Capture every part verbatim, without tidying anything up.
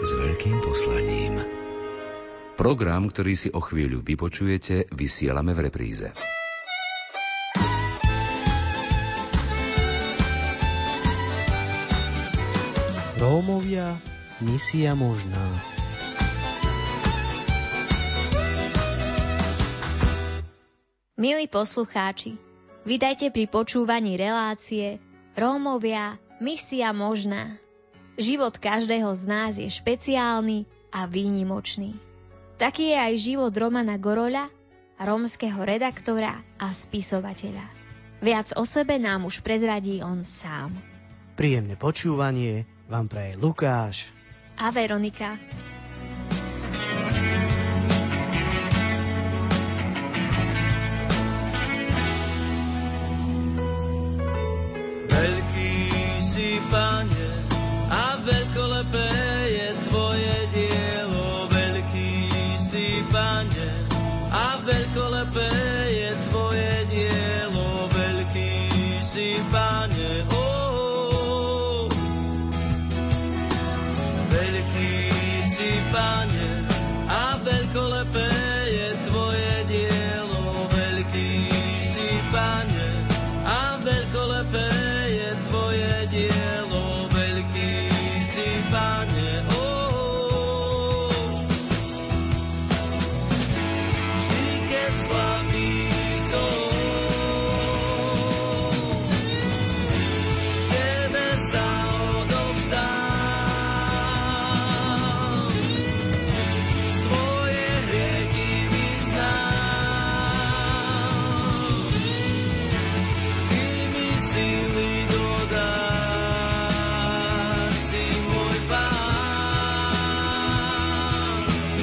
s veľkým poslaním. Program, ktorý si o chvíľu vypočujete, vysielame v repríze. Rómovia, misia možná. Milí poslucháči, vitajte pri počúvaní relácie Rómovia, misia možná. Život každého z nás je špeciálny a výnimočný. Taký je aj život Romana Goroľa, rómskeho redaktora a spisovateľa. Viac o sebe nám už prezradí on sám. Príjemné počúvanie vám praje Lukáš a Veronika. Veľký si, Pane, a veľkolepé je Tvoje dielo. Veľký si, Pane, a veľkolepé je Tvoje dielo. Veľký si, Pane, ó. Veľký si, Pane, a veľkolepé je Tvoje dielo. Veľký si, Pane, a veľkolepé je Tvoje dielo. Veľký si, Pane, ó. Vždy, keď slabý som, Tebe sa odovzdám. Svoje hrieky vyznám. Ty mi sily dodáš, si môj Pán.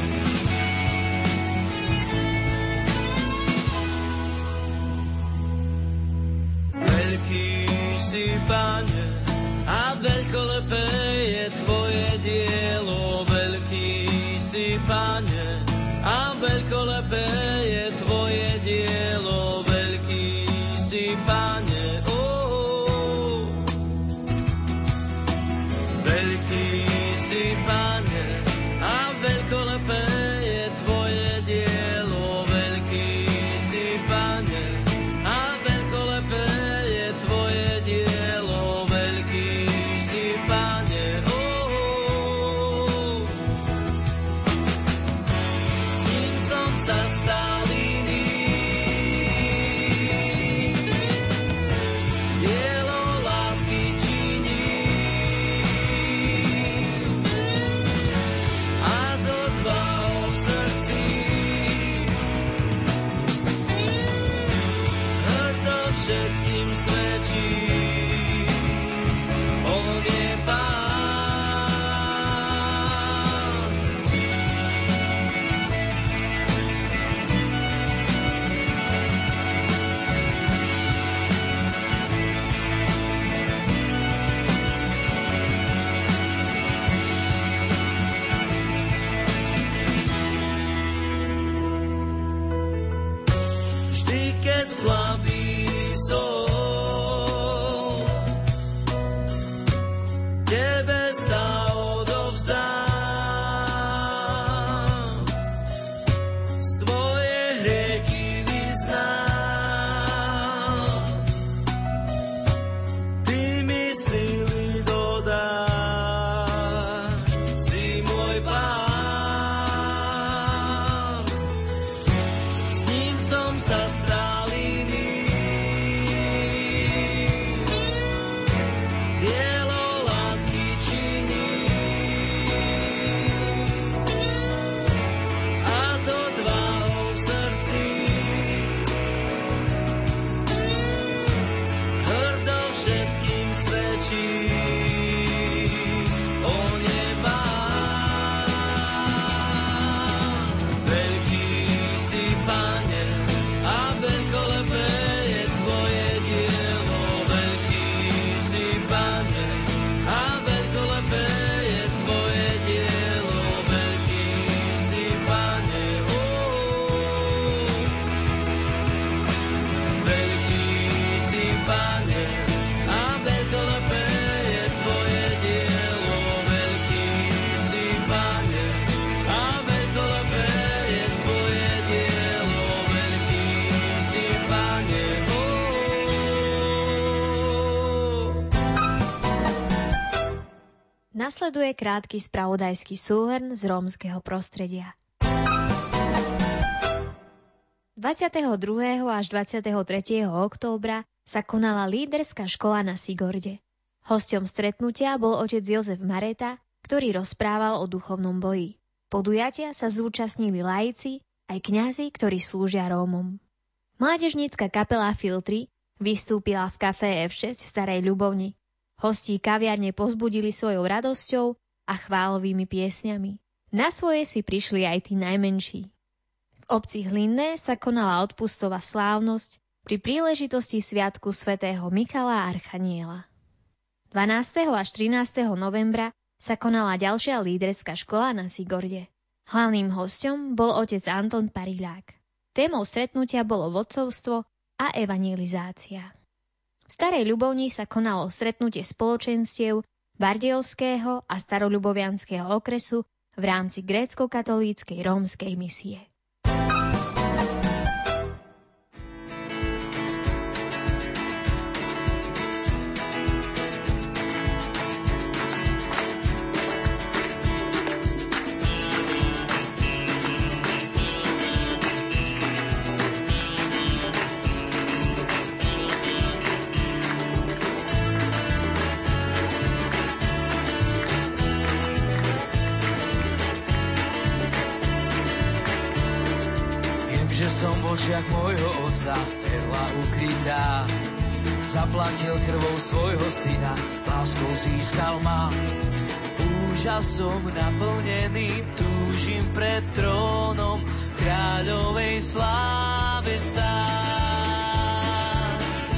Veľký si, Pane, a veľkolepé je Tvoje dielo. Veľký si, Pane, a veľkolepé je Tvoje dielo. Veľký si, Pane, ó. Veľký si, Pane, a veľkolepé je Tvoje dielo. Veľký si, Pane, a veľkolepé je Tvoje dielo. Veľký si, Pane, ó. S ním som sa stal iný. Dielo lásky činím a s odvahou v srdci hrdo všetkým svedčí. On je Pán. Vždy, keď slabý som, Tebe sa odovzdám. Svoje hrieky vyznám. Ty mi sily dodáš, si môj Pán. S ním som sa stal iný. Dielo lásky činím a s odvahou v srdci hrdo všetkým svedčí. On je Pán. Veľký si, Pane, a veľkolepé je Tvoje dielo. Veľký si, Pane, a veľkolepé je Tvoje dielo. Veľký si, Pane, ó. Veľký si, Pane, a veľkolepé je Nasleduje krátky spravodajský súhrn z rómskeho prostredia. dvadsiateho druhého až dvadsiateho tretieho októbra sa konala líderská škola na Sigorde. Hosťom stretnutia bol otec Jozef Mareta, ktorý rozprával o duchovnom boji. Podujatia sa zúčastnili laici, aj kňazi, ktorí slúžia Rómom. Mládežnícka kapela Filtry vystúpila v kafé ef šesť v Starej Ľubovni. Hostí kaviarne povzbudili svojou radosťou a chválovými piesňami. Na svoje si prišli aj tí najmenší. V obci Hlinné sa konala odpustová slávnosť pri príležitosti sviatku svätého Mikala Archaniela. dvanásteho až trinásteho novembra sa konala ďalšia líderská škola na Sigorde. Hlavným hosťom bol otec Anton Parilák. Témou stretnutia bolo vodcovstvo a evangelizácia. V Starej Ľubovni sa konalo stretnutie spoločenstiev Bardejovského a Staroľubovianskeho okresu v rámci grécko-katolíckej rómskej misie. očiach môjho otca perla ukrytá. Zaplatil krvou svojho syna, láskou získal ma. Úžasom naplnený túžim pred trónom kráľovej slávy stáť.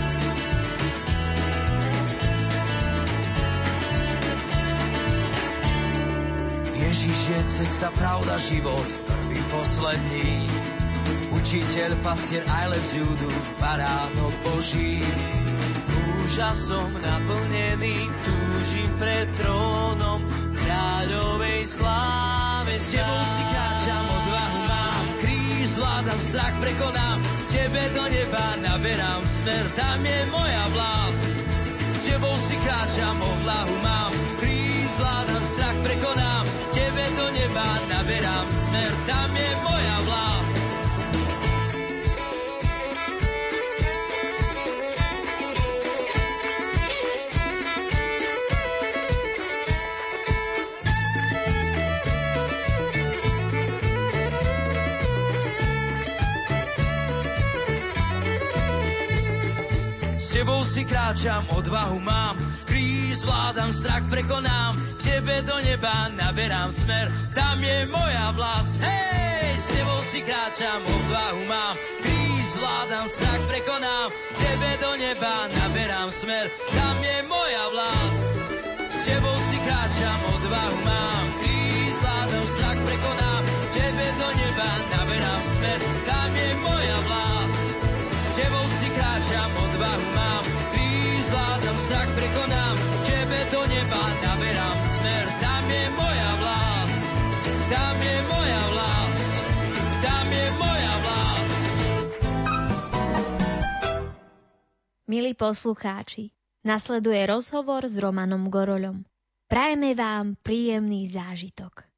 Ježiš je cesta, pravda, život, prvý, posledný. Učiteľ, pastier, aj lev z Júdu, baránok Boží. Úžasom naplnený túžim pred trónom kráľovej slávy. S tebou si kráčam, odvahu mám, kríž zvládam, strach prekonám, tebe do neba naberám smer, tam je moja vlast. S tebou si kráčam, odvahu mám, kríž zvládam, strach prekonám, tebe do neba naberám smer, tam je moja vlast. S tebou si kráčam, odvahu mám, kríž zvládam, strach prekonám, k tebe do neba naberám smer, tam je moja vlast. Hej, s tebou si kráčam, odvahu mám, kríž zvládam, strach prekonám, k tebe do neba naberám smer, tam je moja vlast. S tebou si kráčam, odvahu mám, kríž zvládam, strach prekonám, k tebe do neba naberám smer, tam je moja vlast. S tebou si kráčam, odvahu mám, kríž zvládam, strach prekonám, tebe do neba naberám smer, tam je moja vlast, tam je moja vlast, tam je moja vlast. Milí poslucháči, nasleduje rozhovor s Romanom Goroľom. Prajeme vám príjemný zážitok.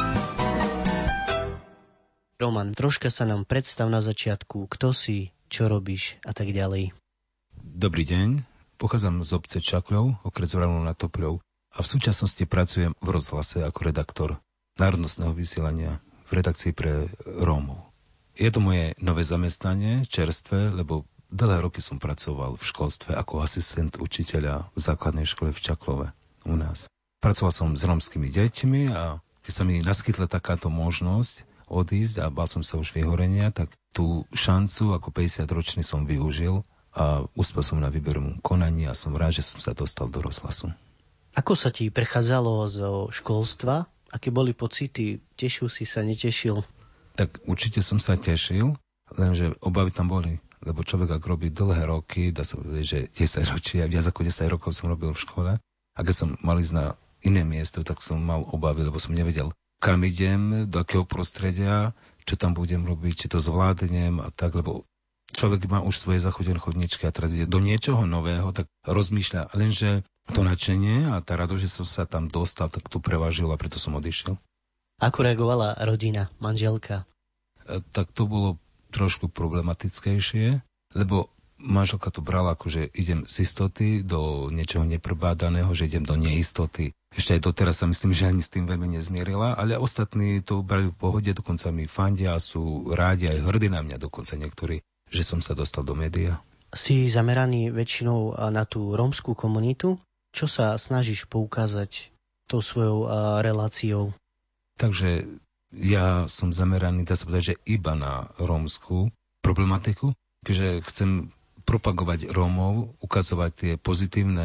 Roman, troška sa nám predstav na začiatku, kto si, čo robíš a tak ďalej. Dobrý deň, pochádzam z obce Čakľov, okres Vranov nad Topľou a v súčasnosti pracujem v rozhlase ako redaktor národnostného vysielania v redakcii pre Rómov. Je to moje nové zamestnanie, čerstvé, lebo dlhé roky som pracoval v školstve ako asistent učiteľa v základnej škole v Čaklove u nás. Pracoval som s rómskymi deťmi a keď sa mi naskytla takáto možnosť odísť a bál som sa už vyhorenia, tak tú šancu ako päťdesiatročný som využil a uspel som na výberovom konaní a som rád, že som sa dostal do rozhlasu. Ako sa ti prechádzalo zo školstva? Aké boli pocity? Tešil si sa, netešil? Tak určite som sa tešil, lenže obavy tam boli. Lebo človek, ak robí dlhé roky, dá sa povedať, že desať ročí, viac ako desať rokov som robil v škole. A keď som mal ísť na iné miesto, tak som mal obavy, lebo som nevedel, kam idem, do akého prostredia, čo tam budem robiť, či to zvládnem a tak, lebo človek má už svoje zachodené chodničky a teraz ide do niečoho nového, tak rozmýšľa. Lenže to nadšenie a tá radosť, že som sa tam dostal, tak to prevážilo a preto som odišiel. Ako reagovala rodina, manželka? E, tak to bolo trošku problematickejšie, lebo manželka to brala ako, že idem z istoty do niečoho neprebádaného, že idem do neistoty. Ešte aj doteraz sa myslím, že ani s tým veľmi nezmierila, ale ostatní to brali v pohode, dokonca mi fandia, sú rádi aj hrdí na mňa, dokonca niektorí, že som sa dostal do média. Si zameraný väčšinou na tú rómskú komunitu? Čo sa snažíš poukázať tou svojou reláciou? Takže ja som zameraný, dá sa povedať, že iba na rómskú problematiku, keďže chcem propagovať Rómov, ukazovať tie pozitívne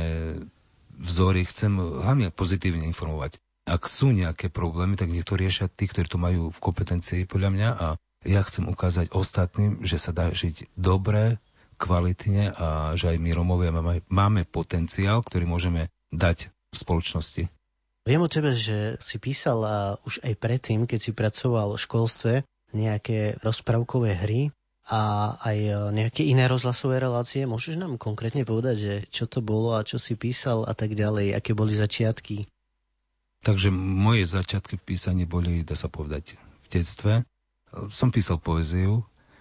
vzory, chcem hlavne pozitívne informovať. Ak sú nejaké problémy, tak nech to riešia tí, ktorí to majú v kompetencii podľa mňa a ja chcem ukázať ostatným, že sa dá žiť dobre, kvalitne a že aj my Rómovia máme, máme potenciál, ktorý môžeme dať v spoločnosti. Viem o tebe, že si písal už aj predtým, keď si pracoval v školstve, nejaké rozprávkové hry a aj nejaké iné rozhlasové relácie. Môžeš nám konkrétne povedať, že čo to bolo a čo si písal a tak ďalej, aké boli začiatky? Takže moje začiatky v písaní boli, dá sa povedať, v detstve. Som písal poéziu,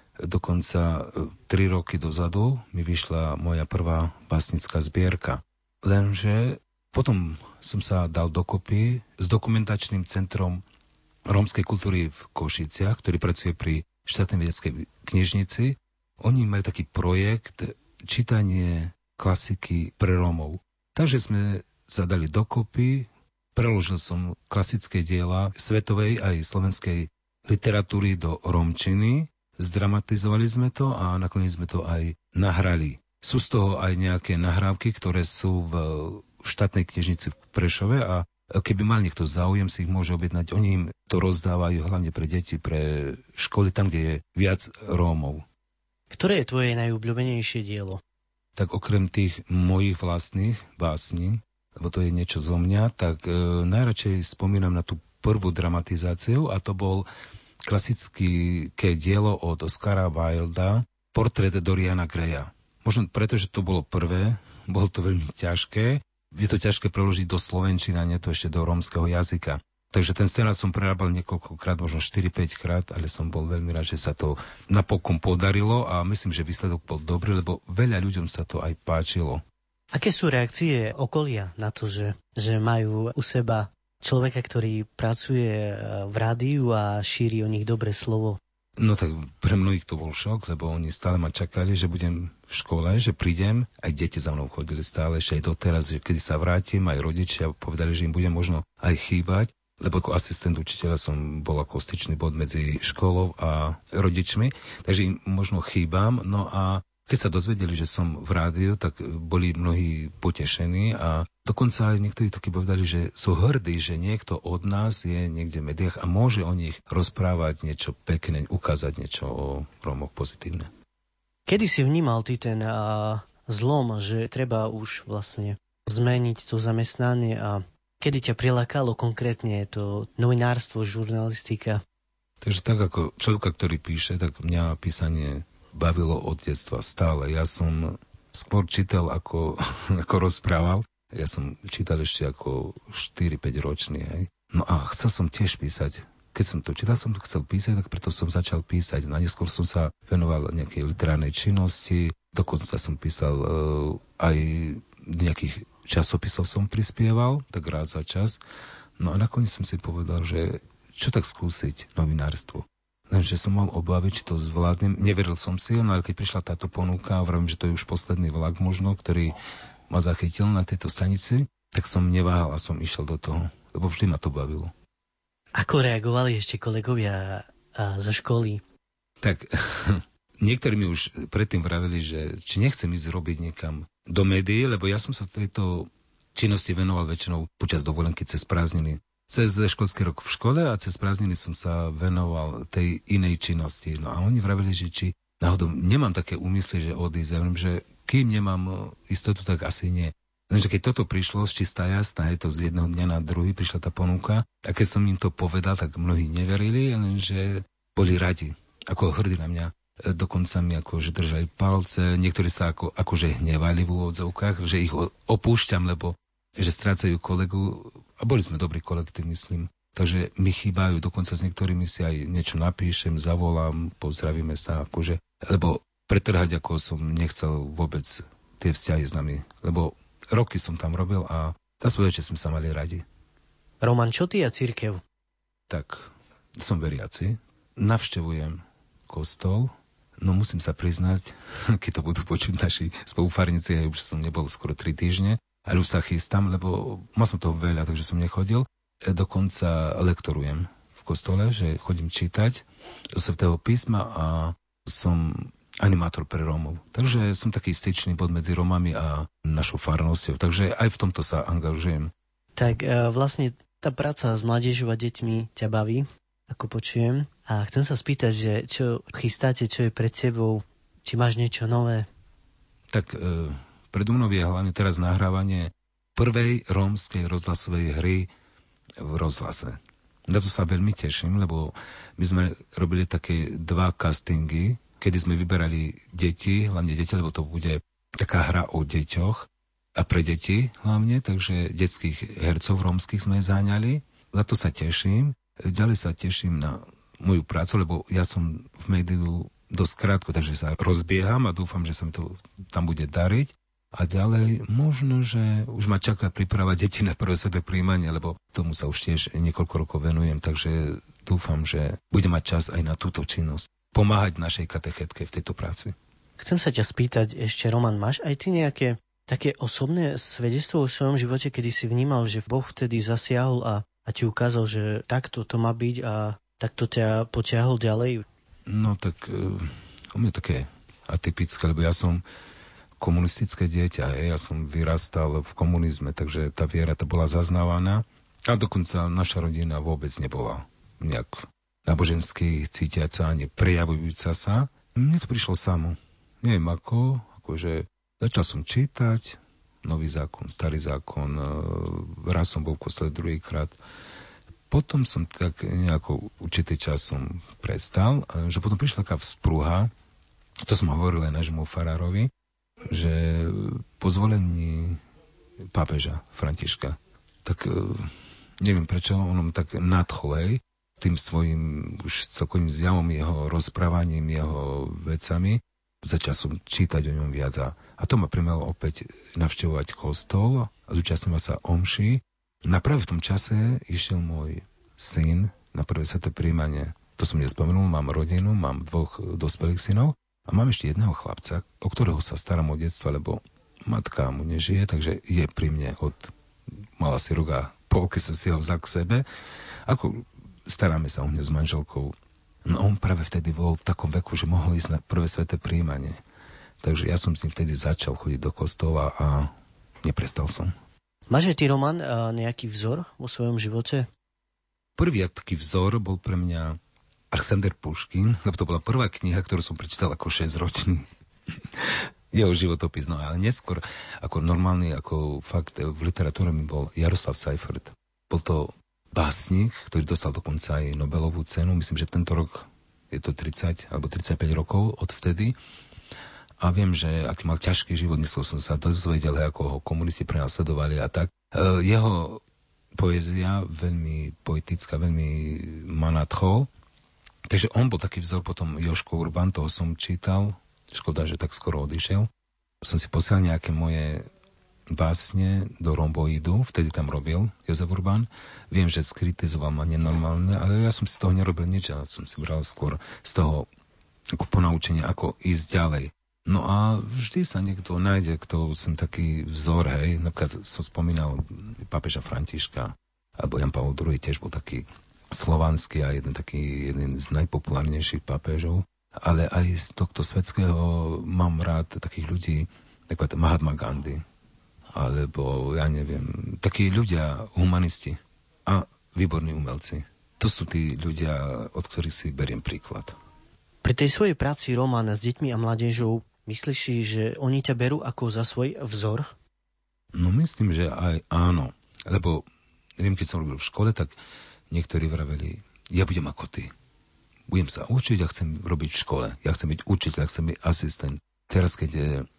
dokonca tri roky dozadu mi vyšla moja prvá básnická zbierka. Lenže potom som sa dal dokopy s dokumentačným centrom rómskej kultúry v Košiciach, ktorý pracuje pri štátnej vedeckej knižnici. Oni mali taký projekt čítanie klasiky pre Rómov. Takže sme sa dali dokopy, preložil som klasické diela svetovej aj slovenskej literatúry do rómčiny, zdramatizovali sme to a nakoniec sme to aj nahrali. Sú z toho aj nejaké nahrávky, ktoré sú v štátnej knižnici v Prešove a keby mal niekto záujem, si ich môže objednať. Oni im to rozdávajú hlavne pre deti, pre školy, tam, kde je viac Rómov. Ktoré je tvoje najobľúbenejšie dielo? Tak okrem tých mojich vlastných básní, lebo to je niečo zo mňa, tak e, najradšej spomínam na tú prvú dramatizáciu a to bol klasické dielo od Oscara Wilda, Portrét Doriana Greya. Možno preto, že to bolo prvé, bolo to veľmi ťažké. Je to ťažké preložiť do slovenčiny, nie to ešte do rómskeho jazyka. Takže ten scenár som prerábal niekoľkokrát, možno štyri päť krát, ale som bol veľmi rád, že sa to napokon podarilo a myslím, že výsledok bol dobrý, lebo veľa ľuďom sa to aj páčilo. Aké sú reakcie okolia na to, že, že majú u seba človeka, ktorý pracuje v rádiu a šíri o nich dobré slovo? No tak pre mnohých to bol šok, lebo oni stále ma čakali, že budem v škole, že prídem. Aj deti za mnou chodili stále, ešte aj doteraz, že kedy sa vrátim, aj rodičia povedali, že im budem možno aj chýbať, lebo ako asistent učiteľa som bol ako styčný bod medzi školou a rodičmi, takže im možno chýbam. No a keď sa dozvedeli, že som v rádiu, tak boli mnohí potešení a dokonca aj niektorí takí povedali, že sú hrdí, že niekto od nás je niekde v médiách a môže o nich rozprávať niečo pekné, ukázať niečo o Rómoch pozitívne. Kedy si vnímal ty ten a, zlom, že treba už vlastne zmeniť to zamestnanie a kedy ťa prilákalo konkrétne to novinárstvo, žurnalistika? Takže tak ako človeka, ktorý píše, tak mňa písanie bavilo od detstva stále. Ja som skôr čítal, ako, ako rozprával. Ja som čítal ešte ako štyri päť ročný. Hej. No a chcel som tiež písať. Keď som to čítal, som to chcel písať, tak preto som začal písať. No a neskôr som sa venoval nejakej literárnej činnosti. Dokonca som písal uh, aj nejakých časopisov som prispieval, tak raz za čas. No a nakoniec som si povedal, že čo tak skúsiť novinárstvo. Lenže som mal obavy, či to zvládnem. Neveril som si, no ale keď prišla táto ponuka, vravím, že to je už posledný vlak možno, ktorý ma zachytil na tejto stanici, tak som neváhal a som išiel do toho, lebo vždy ma to bavilo. Ako reagovali ešte kolegovia zo školy? Tak niektorí mi už predtým vravili, že či nechcem ísť robiť niekam do médií, lebo ja som sa tejto činnosti venoval väčšinou počas dovolenky cez prázdniny. Cez školský rok v škole a cez prázdniny som sa venoval tej inej činnosti. No a oni vravili, že či náhodou nemám také úmysly, že odísť. Ja viem, že kým nemám istotu, tak asi nie. Lenže keď toto prišlo z čistá jasná, je to z jedného dňa na druhý, prišla tá ponuka. A keď som im to povedal, tak mnohí neverili, lenže boli radi, ako hrdí na mňa. Dokonca mi akože držali palce, niektorí sa ako, akože hnevali v úvodzovkách, že ich opúšťam, lebo že strácajú kolegu, a boli sme dobrý kolektív, myslím, takže mi chýbajú, dokonca s niektorými si aj niečo napíšem, zavolám, pozdravíme sa, akože, lebo pretrhať, ako som nechcel vôbec tie vzťahy s nami, lebo roky som tam robil a dá sa povedať, že sme sa mali radi. Roman, čo ty a cirkev? Tak, som veriaci, navštevujem kostol, no musím sa priznať, keď to budú počuť naši spolufarníci, ja už som nebol skoro tri týždne, ale už sa chystám, lebo mal som toho veľa, takže som nechodil. Dokonca lektorujem v kostole, že chodím čítať zo Svätého písma a som animátor pre Rómov. Takže som taký styčný bod medzi Rómami a našou farnosťou. Takže aj v tomto sa angažujem. Tak e, vlastne tá práca s mládežou a deťmi ťa baví, ako počujem. A chcem sa spýtať, že čo chystáte, čo je pred tebou, či máš niečo nové? Tak e, predo mnou je hlavne teraz nahrávanie prvej rómskej rozhlasovej hry v rozhlase. Na to sa veľmi teším, lebo my sme robili také dva castingy, kedy sme vyberali deti, hlavne deti, lebo to bude taká hra o deťoch a pre deti hlavne, takže detských hercov rómskych sme záňali. Na to sa teším. Ďalej sa teším na moju prácu, lebo ja som v médiu dosť krátko, takže sa rozbieham a dúfam, že sa mi to tam bude dariť. A ďalej možno, že už ma čaká príprava detí na prvé sveté prijímanie, lebo tomu sa už tiež niekoľko rokov venujem, takže dúfam, že budem mať čas aj na túto činnosť. Pomáhať našej katechetke v tejto práci. Chcem sa ťa spýtať ešte, Roman, máš aj ty nejaké také osobné svedectvo v svojom živote, kedy si vnímal, že Boh vtedy zasiahol a, a ti ukázal, že takto to má byť a takto ťa potiahol ďalej? No tak uh, u mňa také atypické, lebo ja som komunistické dieťa, ja som vyrastal v komunizme, takže tá viera to bola zaznávaná a dokonca naša rodina vôbec nebola nejak nábožensky cítiaca ani prejavujúca sa. Mne to prišlo samo. Neviem ako, akože začal som čítať Nový zákon, Starý zákon, raz som bol v kostole druhýkrát. Potom som tak nejako určitý čas som prestal, že potom prišla taká vzprúha, to som hovoril aj nášmu farárovi, že po zvolení pápeža Františka, tak neviem prečo, on tak nadcholej tým svojim už celkovým zjavom, jeho rozprávaním, jeho vecami, začal som čítať o ňom viac a, a to ma primelo opäť navštevovať kostol a zúčastňovať sa omši. Na práve v tom čase išiel môj syn na prvé sveté prijímanie. To som nespomenul, mám rodinu, mám dvoch dospelých synov a mám ešte jedného chlapca, o ktorého sa starám od detstva, lebo matka mu nežije, takže je pri mne od mala si rok a pol, keď som si ho vzal k sebe. Ako staráme sa o mňa s manželkou. No on práve vtedy bol v takom veku, že mohol ísť na prvé sveté prijímanie. Takže ja som s ním vtedy začal chodiť do kostola a neprestal som. Máš aj ty, Roman, nejaký vzor vo svojom živote? Prvý taký vzor bol pre mňa Alexander Puškin, lebo to bola prvá kniha, ktorú som prečítal ako šesťročný. Jeho životopis, no ale neskôr ako normálny, ako fakt v literatúre mi bol Jaroslav Seifert. Bol to básnik, ktorý dostal dokonca aj Nobelovú cenu. Myslím, že tento rok je to tridsať alebo tridsaťpäť rokov od vtedy. A viem, že aký mal ťažký život, neskôr som sa dozvedel, ako ho komunisti prenasledovali a tak. Jeho poézia veľmi poetická, veľmi ma nadchol. Takže on bol taký vzor, potom Jožko Urban, toho som čítal. Škoda, že tak skoro odišiel. Som si posiel nejaké moje básne do romboidu, vtedy tam robil Jozef Urban. Viem, že skritizoval ma nenormálne, ale ja som si z toho nerobil nič, ja som si bral skôr z toho ako ponaučenie, ako ísť ďalej. No a vždy sa niekto nájde, kto som taký vzor, hej. Napríklad som spomínal pápeža Františka, alebo Jan Pavol druhý tiež bol taký slovanský a jeden taký jeden z najpopulárnejších pápežov. Ale aj z tohto svetského mám rád takých ľudí, napríklad Mahatma Gandhi, alebo ja neviem, takí ľudia, humanisti a výborní umelci. To sú tí ľudia, od ktorých si beriem príklad. Pri tej svojej práci, Roman, s deťmi a mládežou, myslíš si, že oni ťa berú ako za svoj vzor? No myslím, že aj áno. Lebo, neviem, keď som robil v škole, tak niektorí vraveli, ja budem ako ty. Budem sa učiť, ja chcem robiť v škole. Ja chcem byť učiteľ, ja chcem byť asistent. Teraz, keď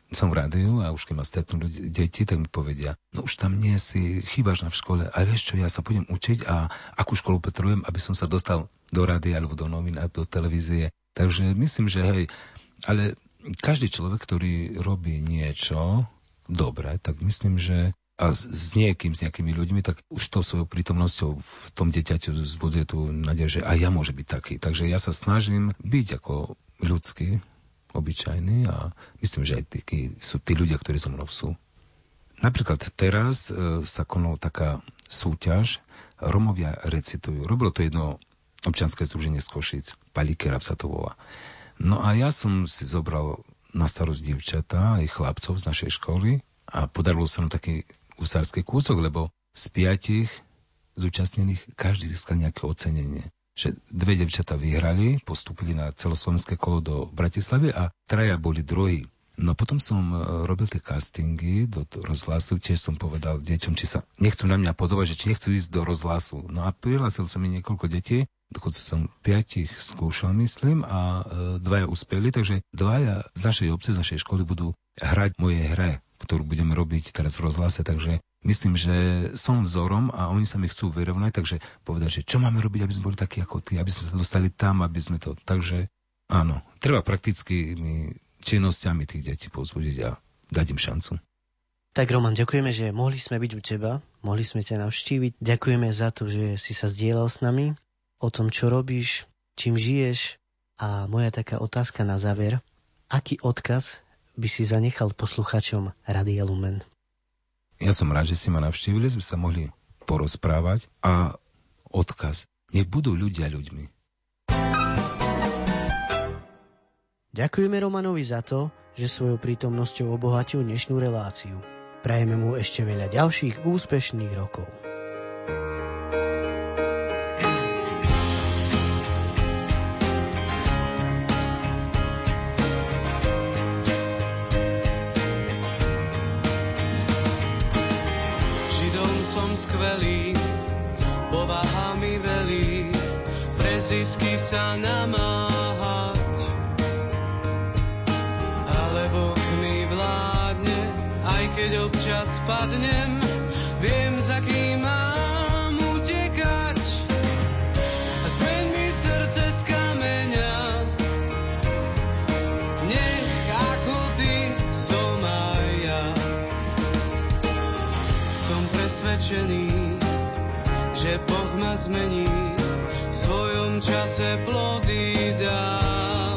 som v rádiu a už keď ma stretnú ľudí, deti, tak mi povedia, no už tam nie si, chýbaš na v škole, ale vieš čo, ja sa budem učiť a akú školu potrebujem, aby som sa dostal do rádia alebo do novín a do televízie. Takže myslím, že hej, ale každý človek, ktorý robí niečo dobre, tak myslím, že a s niekým, s nejakými ľuďmi, tak už tou svojou prítomnosťou v tom dieťaťu zbudzuje tú nádej, že aj ja môže byť taký. Takže ja sa snažím byť ako ľudský, obyčajný a myslím, že aj tí sú tí ľudia, ktorí so mnou sú. Napríklad teraz e, sa konala taká súťaž, Romovia recitujú. Robilo to jedno občianske združenie z Košíc, Palikera sa to volá. No a ja som si zobral na starosť dievčatá aj chlapcov z našej školy a podarilo sa nám taký husársky kúsok, lebo z piatich zúčastnených každý získal nejaké ocenenie. Že dve devčatá vyhrali, postúpili na celoslovenské kolo do Bratislavy a traja boli druhí. No potom som robil tie castingy do rozhlasu, tiež som povedal deťom, či sa nechcú na mňa podobať, že či nechcú ísť do rozhlasu. No a prihlásil som mi niekoľko detí, dokonca som piatich skúšal, myslím, a dvaja uspeli, takže dvaja z našej obce, z našej školy budú hrať moje hre, ktorú budeme robiť teraz v rozhlase, takže myslím, že som vzorom a oni sa mi chcú vyrovnať, takže povedať, že čo máme robiť, aby sme boli takí ako ty, aby sme sa dostali tam, aby sme to... Takže áno, treba prakticky mi činnosťami tých detí povzbudiť a dať im šancu. Tak Roman, ďakujeme, že mohli sme byť u teba, mohli sme ťa navštíviť. Ďakujeme za to, že si sa zdieľal s nami o tom, čo robíš, čím žiješ. A moja taká otázka na záver. Aký odkaz by si zanechal poslucháčom Rádia Lumen? Ja som rád, že si ma navštívili, sme sa mohli porozprávať a odkaz. Nech budú ľudia ľuďmi. Ďakujeme Romanovi za to, že svojou prítomnosťou obohatil dnešnú reláciu. Prajeme mu ešte veľa ďalších úspešných rokov. Židom som skvelý, povaha mi velí, pre zisky sa namáhať. Boh mi vládne, aj keď občas spadnem, viem, za kým mám utekať. Zmeň mi srdce z kameňa, nech ako ty som aj ja. Som presvedčený, že Boh ma zmení, v svojom čase plody dá.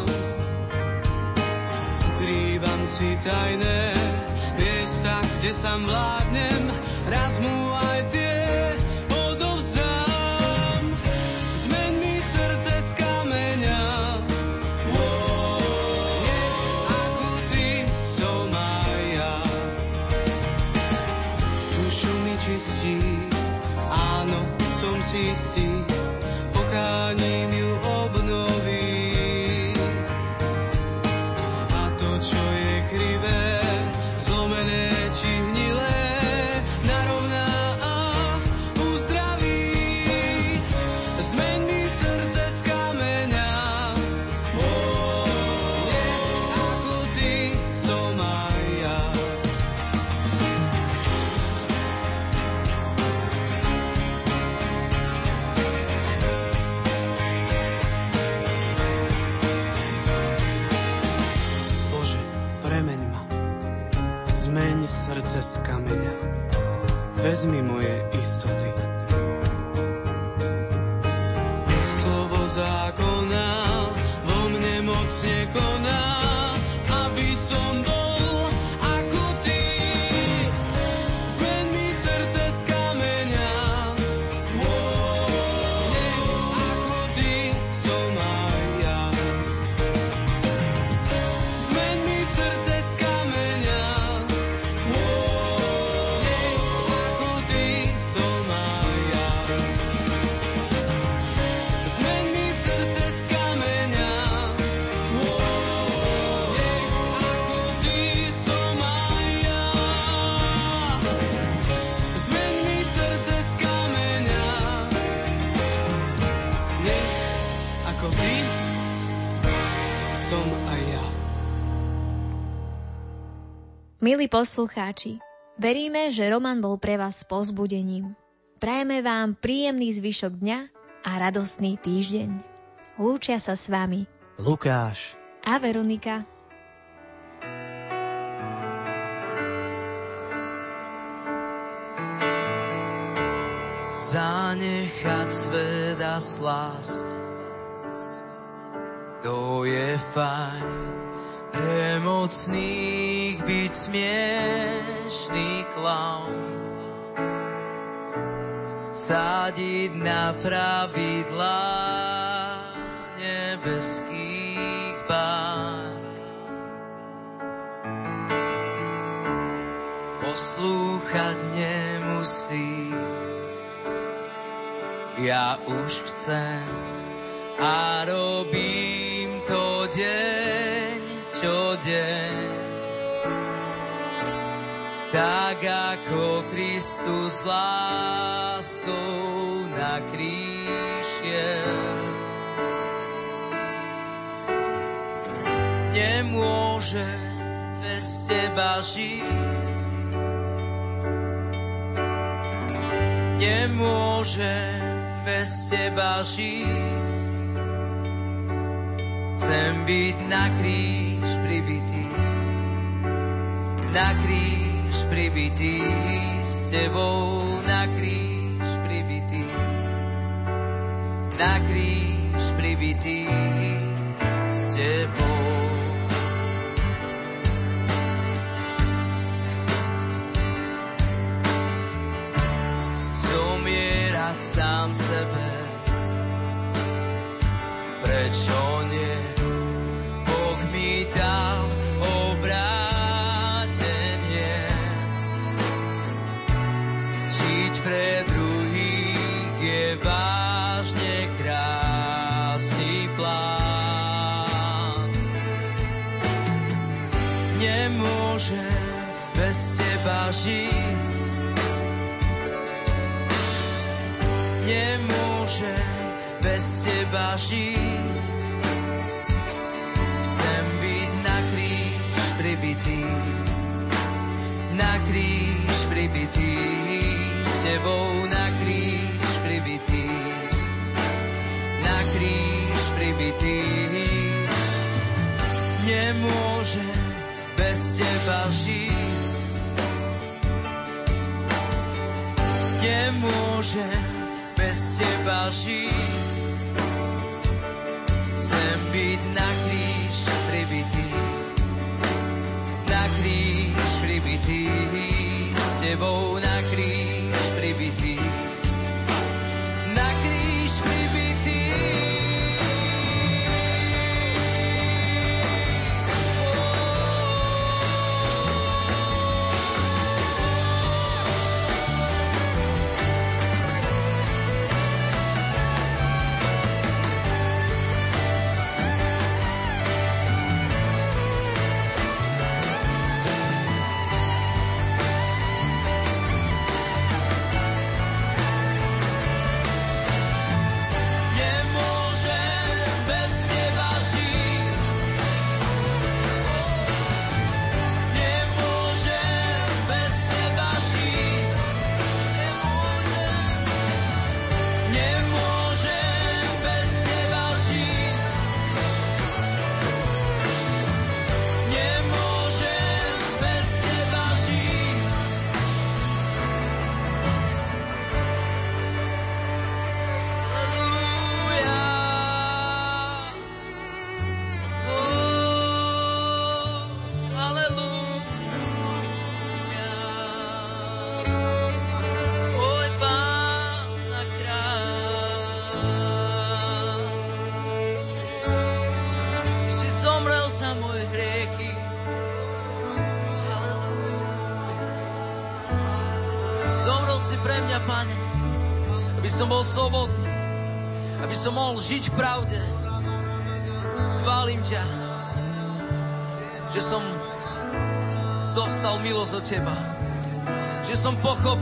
Ukrývam si tajné miesta, kde sám vládnem, raz mu aj tie odovzdám. Zmeň mi srdce z kameňa, oh, nech ako ty som aj ja. Dušu mi čistí, áno, som si istý, pokáním ju obnoví. Čo je krivé, zlomené či hnilé, narovná a uzdraví. Zmeň mi srdce z kameňa, oh, nech ako ty som aj ja. Zmeň srdce z kameňa, vezmi moje istoty. Slovo zákona vo mne mocne koná, aby som bol ako ty. Zmeň mi srdce z kameňa, oh, nech ako ty som aj ja. Zmeň mi srdce z kameňa, ty Milí poslucháči, veríme, že Roman bol pre vás povzbudením. Prajeme vám príjemný zvyšok dňa a radostný týždeň. Lúčia sa s vami Lukáš a Veronika. Zanechať svet a slásť, to je fajn. Pre mocných byť smiešný klaun, sádiť na pravidlá nebeských bárk, poslúchať nemusí. Ja už chcem a robím to deň čo deň, tak ako Kristus láskou na kríž šiel. Nemôže bez teba žiť, nemôže bez teba žiť. Chcem byť na kríž pribitý, na kríž pribitý, s tebou na kríž pribitý, na kríž pribitý, s tebou. Zomierať sám sebe, prečo nie? Boh mi dal obrátenie, žiť pre druhých je vážne krásny plán. Nemôžem bez teba žiť, nemôžem bez teba žiť. Chcem byť na kríž pribitý, na kríž pribitý, s tebou na kríž pribitý, na kríž pribitý. Nemôžem bez teba žiť, nemôžem bez teba žiť. Chcem byť na kríž pribitý, na kríž pribitý, s tebou na kríž pribitý, na kríž pribitý. si pre mňa, Pane, aby som bol slobodný, aby som mohol žiť v pravde. Chválim ťa, že som dostal milosť od Teba, že som pochopil,